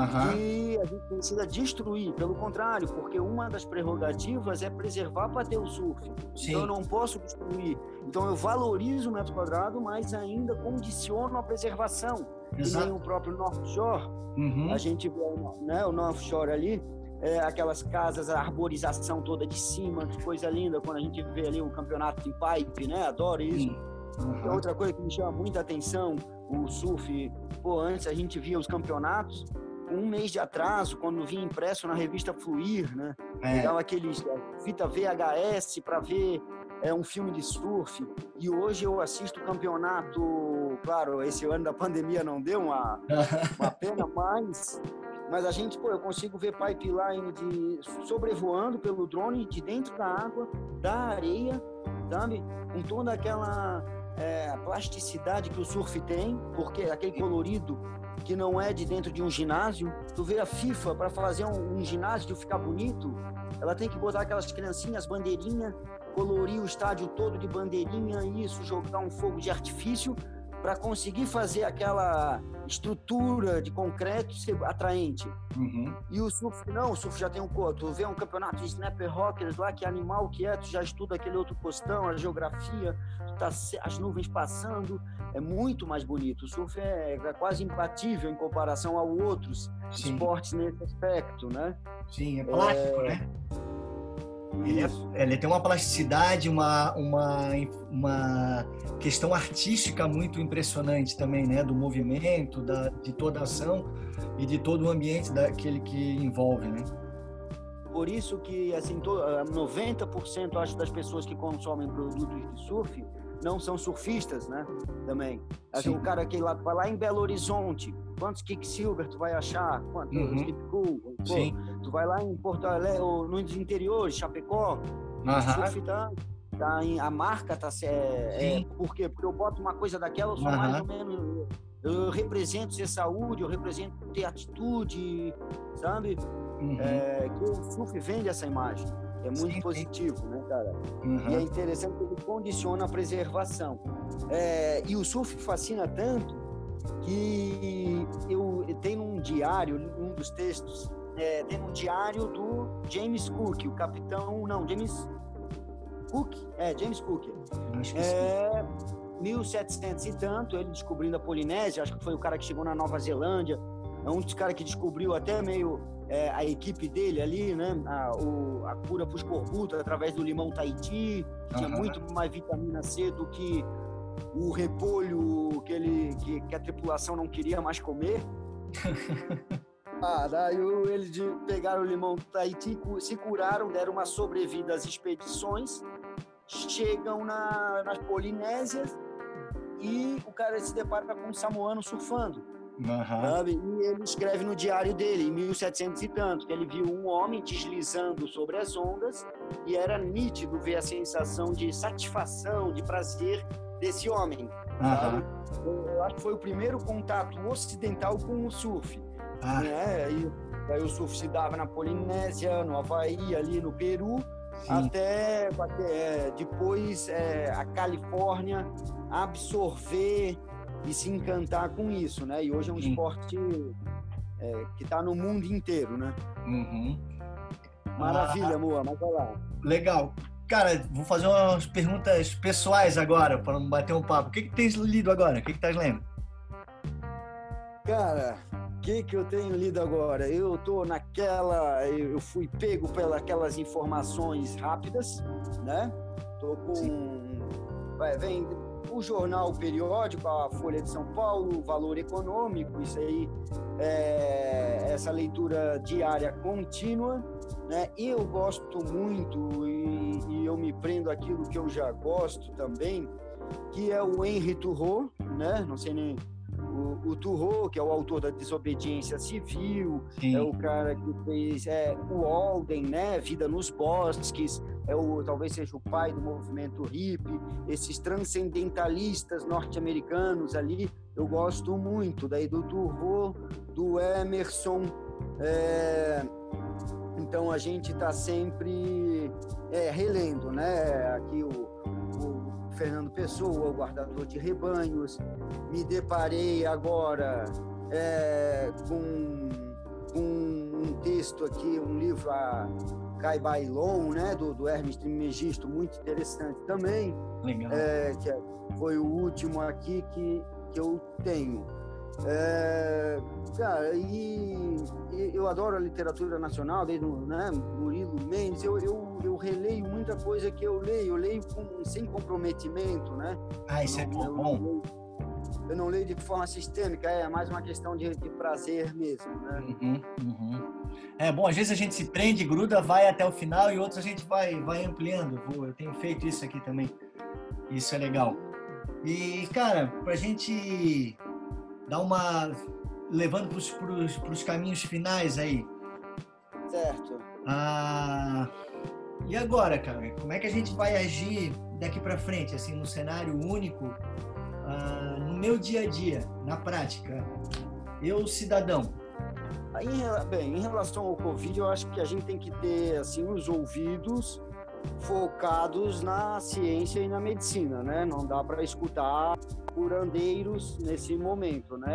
que a gente precisa destruir, pelo contrário, porque uma das prerrogativas é preservar para ter o surf. Sim. Então eu não posso destruir. Então eu valorizo o metro quadrado, mas ainda condiciono a preservação. Exato. E nem o próprio North Shore, a gente vê, né, o North Shore ali, aquelas casas, a arborização toda de cima, que coisa linda, quando a gente vê ali o campeonato em pipe, né? Adoro isso. Outra coisa que me chama muita atenção, o surf, antes a gente via os campeonatos, 1 mês de atraso, quando vinha impresso na revista Fluir, né? Pegava aqueles fita VHS para ver um filme de surf, e hoje eu assisto o campeonato, claro, esse ano da pandemia não deu uma pena, mas a gente, eu consigo ver pipeline sobrevoando pelo drone de dentro da água, da areia, sabe? Com toda aquela plasticidade que o surf tem, porque aquele colorido que não é de dentro de um ginásio. Tu vê a FIFA, para fazer um ginásio ficar bonito, ela tem que botar aquelas criancinhas, bandeirinha, colorir o estádio todo de bandeirinha, isso, jogar um fogo de artifício para conseguir fazer aquela estrutura de concreto ser atraente. E o surf não, o surf já tem tu vê um campeonato de snapper rockers lá, que animal que tu já estuda aquele outro costão, a geografia, as nuvens passando, é muito mais bonito. O surf é quase imbatível em comparação a outros esportes nesse aspecto, né? Sim, é plástico, né? Ele tem uma plasticidade, uma questão artística muito impressionante também, né? Do movimento, de toda a ação e de todo o ambiente daquele que envolve, né? Por isso que, assim, 90% acho das pessoas que consomem produtos de surf não são surfistas, né? Também. Assim, o cara que vai lá em Belo Horizonte, quantos Quicksilver tu vai achar? Quantos Skip Cool? Tu vai lá em Porto Alegre, ou nos interiores, Chapecó, o surf a marca tá... por quê? Porque eu boto uma coisa daquela, eu sou mais ou menos... Eu represento ser saúde, eu represento ter atitude, sabe? Que o surf vende essa imagem. É muito positivo, né, cara? E é interessante que ele condiciona a preservação. E o surf fascina tanto que eu tenho um diário, um dos textos, tem um diário do James Cook, o capitão... Não, James Cook? James Cook. Acho que sim. 1700 e tanto, ele descobrindo a Polinésia, acho que foi o cara que chegou na Nova Zelândia, é um dos caras que descobriu até meio a equipe dele ali, né, a cura para o escorbuto através do limão Tahiti, que tinha muito mais vitamina C do que o repolho que a tripulação não queria mais comer. Daí eles pegaram o limão Tahiti, se curaram, deram uma sobrevida às expedições, chegam nas Polinésias e o cara se depara com um samoano surfando. Sabe? E ele escreve no diário dele, em 1700 e tanto, que ele viu um homem deslizando sobre as ondas e era nítido ver a sensação de satisfação, de prazer desse homem. Sabe? Eu acho que foi o primeiro contato ocidental com o surf. Né? E aí o surf se dava na Polinésia, no Havaí, ali no Peru, até depois a Califórnia absorver e se encantar com isso, né? E hoje é um esporte que está no mundo inteiro, né? Maravilha, Moa, mas vai lá. Legal. Cara, vou fazer umas perguntas pessoais agora, para não bater um papo. O que tens lido agora? O que estás lendo? Cara, o que eu tenho lido agora? Eu tô eu fui pego pelas informações rápidas, né? Tô com... Vem o jornal periódico, a Folha de São Paulo, o Valor Econômico, isso aí, essa leitura diária contínua, né? Eu gosto muito e eu me prendo àquilo que eu já gosto também, que é o Henry Thoreau, né? Não sei nem... O Thoreau, que é o autor da Desobediência Civil, é o cara que fez o Walden, né? Vida nos Bosques, talvez seja o pai do movimento hippie, esses transcendentalistas norte-americanos ali, eu gosto muito, daí do Thoreau, do Emerson, então a gente está sempre relendo, né? Aqui o Fernando Pessoa, o guardador de rebanhos. Me deparei agora com um texto aqui, um livro, a Kai Bailon, né, do Hermes Trismegisto, muito interessante também. Legal. Que foi o último aqui que eu tenho. Cara, e eu adoro a literatura nacional, desde Murilo Mendes, eu releio muita coisa que eu leio sem comprometimento, né? Isso é bom. Eu não leio de forma sistêmica, é mais uma questão de prazer mesmo, né? Bom, às vezes a gente se prende, gruda, vai até o final e outros a gente vai ampliando. Eu tenho feito isso aqui também. Isso é legal. E, cara, pra gente levando pros caminhos finais aí. Certo. E agora, cara, como é que a gente vai agir daqui para frente, assim, num cenário único, no meu dia a dia, na prática, eu, cidadão? Em relação ao Covid, eu acho que a gente tem que ter, assim, os ouvidos focados na ciência e na medicina, né? Não dá para escutar curandeiros nesse momento, né?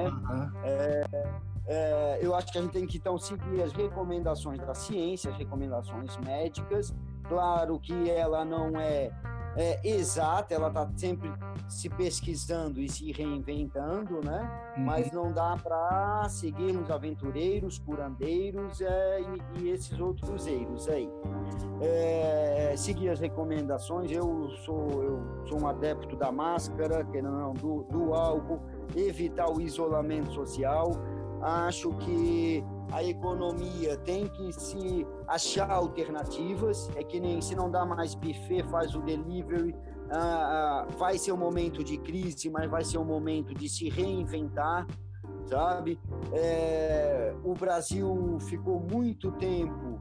Eu acho que a gente tem que, então, seguir as recomendações da ciência, as recomendações médicas. Claro que ela não é exata, ela está sempre se pesquisando e se reinventando, né? Mas não dá para seguirmos aventureiros, curandeiros e esses outros eiros aí. seguir as recomendações. Eu sou um adepto da máscara, do álcool, evitar o isolamento social. Acho que a economia tem que se achar alternativas, é que nem se não dá mais buffet, faz o delivery. Vai ser um momento de crise, mas vai ser um momento de se reinventar, sabe? O Brasil ficou muito tempo,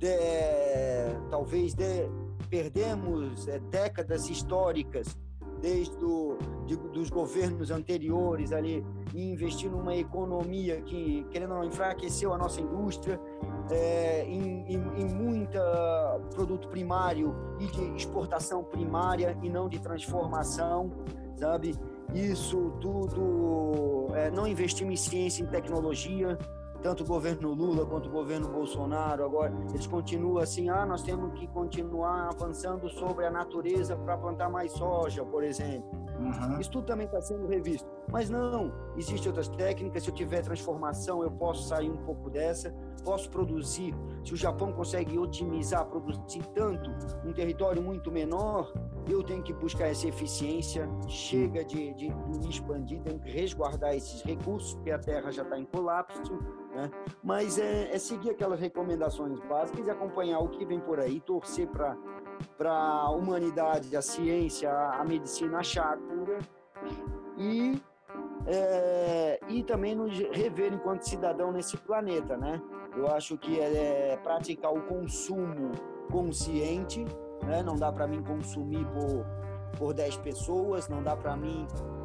perdemos décadas históricas desde dos governos anteriores ali, e investir numa economia que, querendo ou não, enfraqueceu a nossa indústria, em muito produto primário e de exportação primária e não de transformação, sabe? Isso tudo, não investimos em ciência e em tecnologia, tanto o governo Lula quanto o governo Bolsonaro. Agora eles continuam assim, nós temos que continuar avançando sobre a natureza para plantar mais soja, por exemplo. Uhum. Isso tudo também está sendo revisto. Mas não, existem outras técnicas. Se eu tiver transformação, eu posso sair um pouco dessa, posso produzir. Se o Japão consegue otimizar, produzir tanto, um território muito menor, eu tenho que buscar essa eficiência. Chega de expandir, tenho que resguardar esses recursos, porque a terra já está em colapso, né? Mas é seguir aquelas recomendações básicas e acompanhar o que vem por aí, torcer para a humanidade, a ciência, a medicina achar a cura e também nos rever enquanto cidadão nesse planeta, né? Eu acho que praticar o consumo consciente, né? Não dá para mim consumir por 10 pessoas, não dá para mim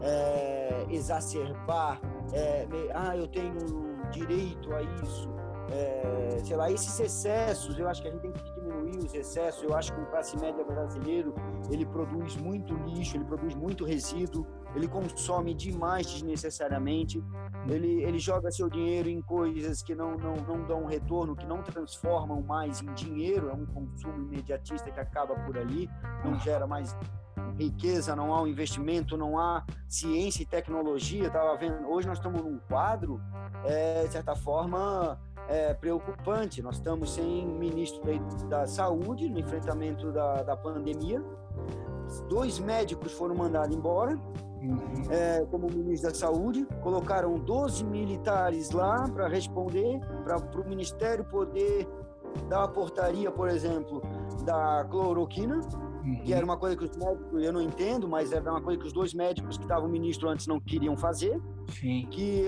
exacerbar, eu tenho direito a isso, sei lá, esses excessos. Eu acho que a gente tem que diminuir os excessos. Eu acho que o classe média brasileiro, ele produz muito lixo, ele produz muito resíduo, ele consome demais desnecessariamente, ele joga seu dinheiro em coisas que não dão retorno, que não transformam mais em dinheiro. É um consumo imediatista que acaba por ali, não gera mais riqueza, não há um investimento, não há ciência e tecnologia. Estava vendo, hoje nós estamos num quadro, de certa forma, preocupante. Nós estamos sem ministro da saúde no enfrentamento da pandemia. 2 médicos foram mandados embora, como ministro da saúde. Colocaram 12 militares lá para responder, para o ministério poder dar a portaria, por exemplo, da cloroquina, que era uma coisa que os médicos, eu não entendo, mas era uma coisa que os 2 médicos que estavam ministro antes não queriam fazer. Sim. Que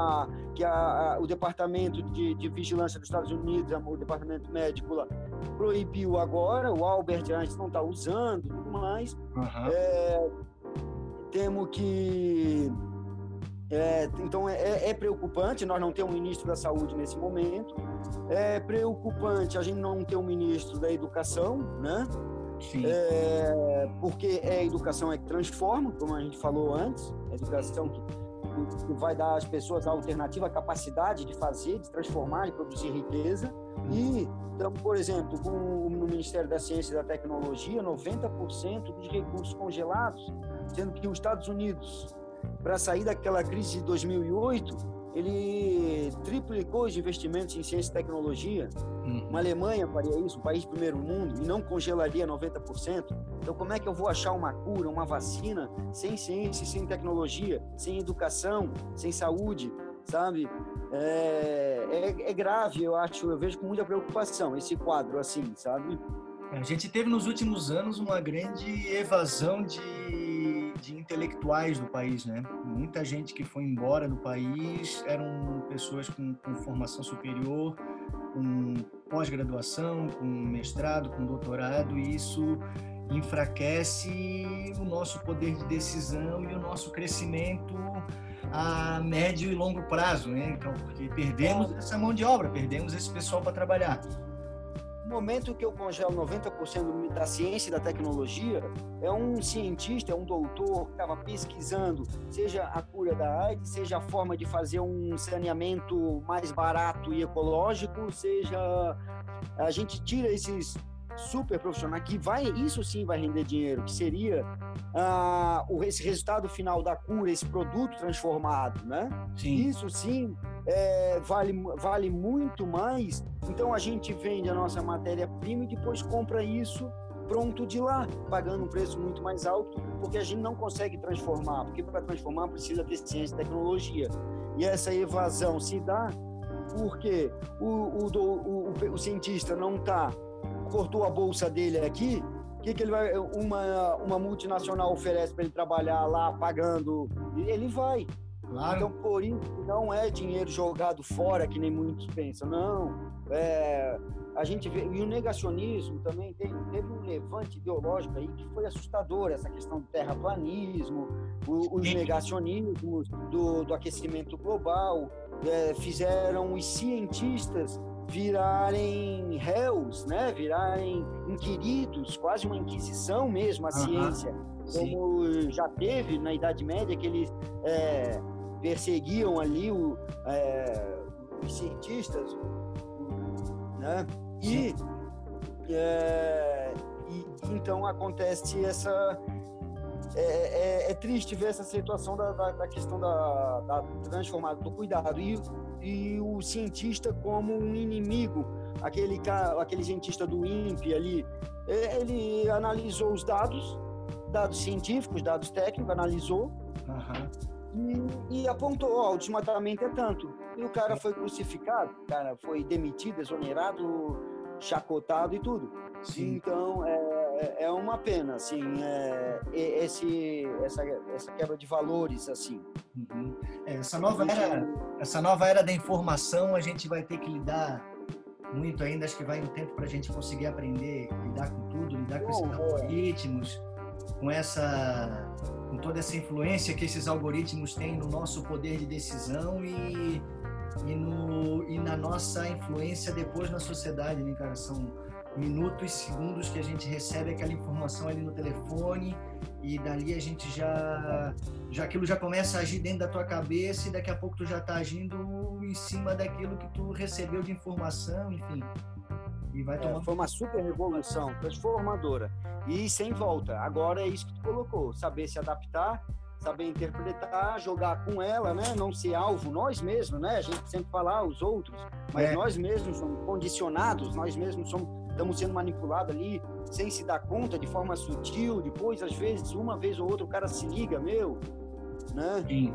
o Departamento de Vigilância dos Estados Unidos, o Departamento Médico lá, proibiu agora. O Albert Einstein não está usando, tudo mais. Temos que... então é preocupante nós não ter um ministro da saúde nesse momento. É preocupante a gente não ter um ministro da educação, né? Sim. Porque a educação que transforma, como a gente falou antes, a educação que vai dar às pessoas a alternativa, a capacidade de fazer, de transformar, de produzir riqueza. E, então, por exemplo, no Ministério da Ciência e da Tecnologia, 90% dos recursos congelados, sendo que os Estados Unidos, para sair daquela crise de 2008, ele triplicou os investimentos em ciência e tecnologia. Uma Alemanha faria isso, um país de primeiro mundo, e não congelaria 90%. Então, como é que eu vou achar uma cura, uma vacina, sem ciência, sem tecnologia, sem educação, sem saúde, sabe? É grave, eu vejo com muita preocupação esse quadro, assim, sabe? A gente teve nos últimos anos uma grande evasão de intelectuais do país, né? Muita gente que foi embora do país eram pessoas com formação superior, com pós-graduação, com mestrado, com doutorado, e isso enfraquece o nosso poder de decisão e o nosso crescimento a médio e longo prazo, né? Então, porque perdemos essa mão de obra, perdemos esse pessoal para trabalhar. No momento que eu congelo 90% da ciência e da tecnologia, é um cientista, é um doutor que estava pesquisando, seja a cura da AIDS, seja a forma de fazer um saneamento mais barato e ecológico, seja a gente tira esses super profissionais que isso sim vai render dinheiro, que seria esse resultado final da cura, esse produto transformado, né? Sim. Isso sim vale muito mais, então a gente vende a nossa matéria-prima e depois compra isso pronto de lá, pagando um preço muito mais alto, porque a gente não consegue transformar, porque para transformar precisa ter ciência e tecnologia. E essa evasão se dá porque o cientista não cortou a bolsa dele aqui, o que ele vai, uma multinacional oferece para ele trabalhar lá pagando, ele vai. Claro. Então, por isso, não é dinheiro jogado fora, que nem muitos pensam, não. A gente vê, e o negacionismo também teve um levante ideológico aí que foi assustador, essa questão do terraplanismo, os negacionismos do aquecimento global, fizeram os cientistas virarem réus, né? Virarem inquiridos, quase uma inquisição mesmo, a ciência, como já teve na Idade Média, que eles perseguiam ali os cientistas, né? E então acontece essa... É triste ver essa situação da questão da transformação, do cuidado, e o cientista como um inimigo, aquele cientista do INPE ali, ele analisou os dados científicos, dados técnicos, analisou, e apontou, o desmatamento é tanto. E o cara foi crucificado, o cara foi demitido, exonerado, chacotado e tudo. Sim. Então, é uma pena, assim, essa quebra de valores, assim. Essa nova era da informação, a gente vai ter que lidar muito ainda, acho que vai um tempo para a gente conseguir aprender, lidar com tudo, lidar com esses algoritmos, com toda essa influência que esses algoritmos têm no nosso poder de decisão e na nossa influência depois na sociedade, né, cara? São minutos, segundos que a gente recebe aquela informação ali no telefone e dali a gente aquilo já começa a agir dentro da tua cabeça e daqui a pouco tu já tá agindo em cima daquilo que tu recebeu de informação, enfim. E vai tomando... Foi uma super revolução, transformadora e sem volta. Agora é isso que tu colocou, saber se adaptar, saber interpretar, jogar com ela, né? Não ser alvo, nós mesmos, né? A gente sempre fala os outros, mas nós mesmos somos condicionados, nós mesmos estamos sendo manipulados ali, sem se dar conta, de forma sutil. Depois, às vezes, uma vez ou outra, o cara se liga, né? Sim.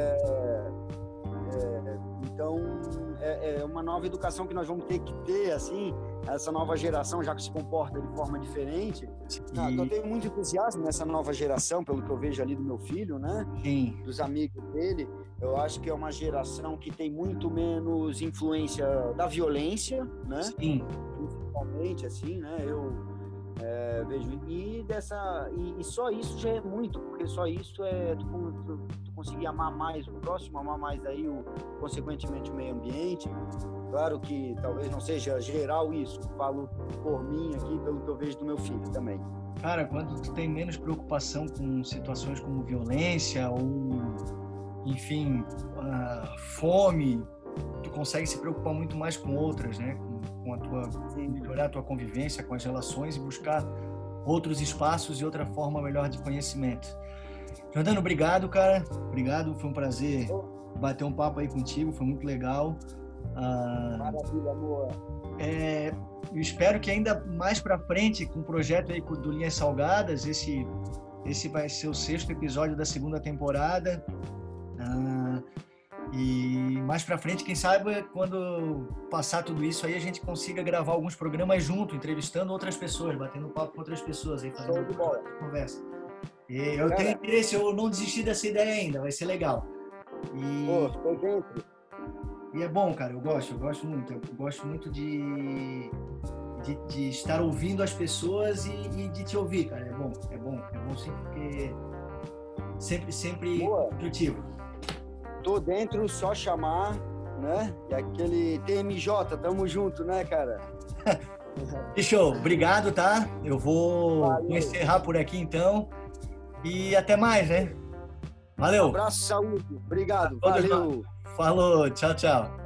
Então, é uma nova educação que nós vamos ter que ter, assim, essa nova geração já que se comporta de forma diferente. Eu tenho muito entusiasmo nessa nova geração, pelo que eu vejo ali do meu filho, né? Sim. Dos amigos dele. Eu acho que é uma geração que tem muito menos influência da violência, né? Sim. Principalmente, assim, né? Eu vejo. E só isso já é muito, porque só isso é tu conseguir amar mais o próximo, amar mais aí, consequentemente, o meio ambiente. Claro que talvez não seja geral isso, falo por mim aqui, pelo que eu vejo do meu filho também. Cara, quando tu tem menos preocupação com situações como violência ou, enfim, fome, tu consegue se preocupar muito mais com outras, né? Melhorar a tua convivência com as relações e buscar outros espaços e outra forma melhor de conhecimento. Jordano, obrigado, cara. Obrigado, foi um prazer bater um papo aí contigo, foi muito legal. Maravilha, amor. Eu espero que ainda mais para frente, com o projeto aí do Linhas Salgadas, esse vai ser o 6º episódio da 2ª temporada. E mais para frente, quem sabe, quando passar tudo isso aí, a gente consiga gravar alguns programas junto, entrevistando outras pessoas, batendo papo com outras pessoas aí, fazendo uma conversa. E eu tenho interesse, eu não desisti dessa ideia ainda, vai ser legal. Tô dentro. E é bom, cara, eu gosto muito. Eu gosto muito de estar ouvindo as pessoas e de te ouvir, cara. É bom sim, porque sempre produtivo. Tô dentro, só chamar, né? E aquele TMJ, tamo junto, né, cara? Que show, obrigado, tá? Eu vou encerrar por aqui então e até mais, né? Valeu. Um abraço, saúde, obrigado, valeu. Falou, tchau, tchau.